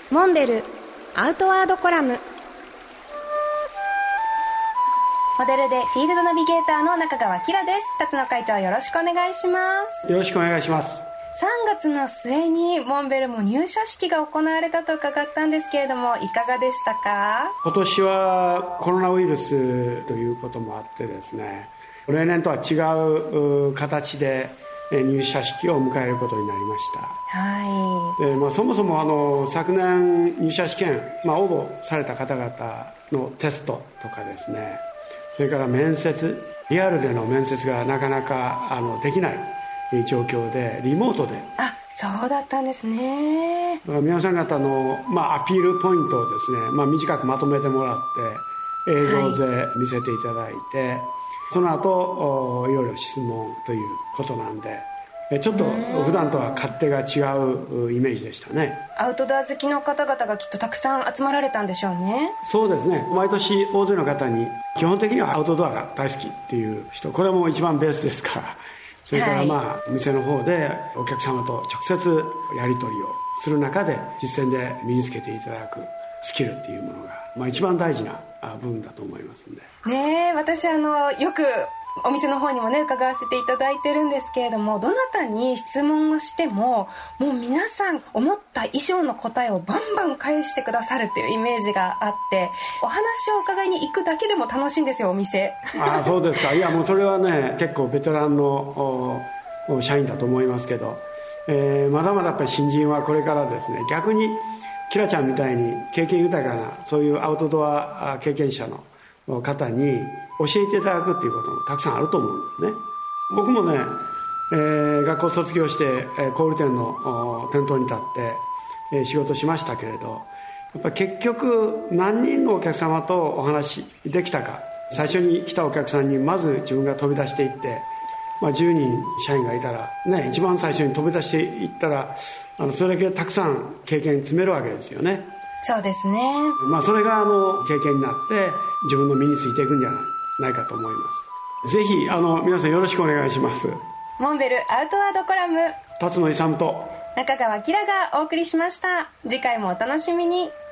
モンベルアウトワードコラム。 モデルでフィールドナビゲーターの中川きらです。辰野会長、よろしくお願いします。 よろしくお願いします。 3月の末にモンベルも入社式が行われたと伺ったんですけれども、いかがでしたか？ 今年はコロナウイルスということもあってですね、例年とは違う形で入社式を迎えることになりました。 はい。 で、そもそも昨年入社試験、応募された方々のテストとかですね、それから面接、リアルでの面接がなかなかできない状況でリモートで。 そうだったんですね。 だから皆さん方の、アピールポイントをですね、短くまとめてもらって映像で見せていただいて、その後いろいろ質問ということなんで、ちょっと普段とは勝手が違うイメージでしたね。 アウトドア好きの方々がきっとたくさん集まられたんでしょうね。 そうですね、毎年大勢の方に基本的にはアウトドアが大好きっていう人、これも一番ベースですから、それから店の方でお客様と直接やり取りをする中で実践で身につけていただくスキルっていうものが、一番大事な部分だと思いますんでね。私よくお店の方にもね伺わせていただいてるんですけれども、どなたに質問をしてももう皆さん思った以上の答えをバンバン返してくださるっていうイメージがあって、お話を伺いに行くだけでも楽しいんですよ、お店。 そうですか。いや、もうそれはね、結構ベテランの社員だと思いますけど、まだまだやっぱり新人はこれからですね、逆にキラちゃんみたいに経験豊かなそういうアウトドア経験者の方に教えていただくっていうこともたくさんあると思うんですね。僕もね、学校卒業して小売店の店頭に立って仕事しましたけれど、やっぱ結局何人のお客様とお話できたか、最初に来たお客さんにまず自分が飛び出していって、10人社員がいたらね、一番最初に飛び出していったらそれだけたくさん経験積めるわけですよね。 そうですね。 それが経験になって自分の身についていくんじゃないかと思います。ぜひ皆さんよろしくお願いします。 モンベルアウトワードコラム、 辰野勇と中川きらがお送りしました。次回もお楽しみに。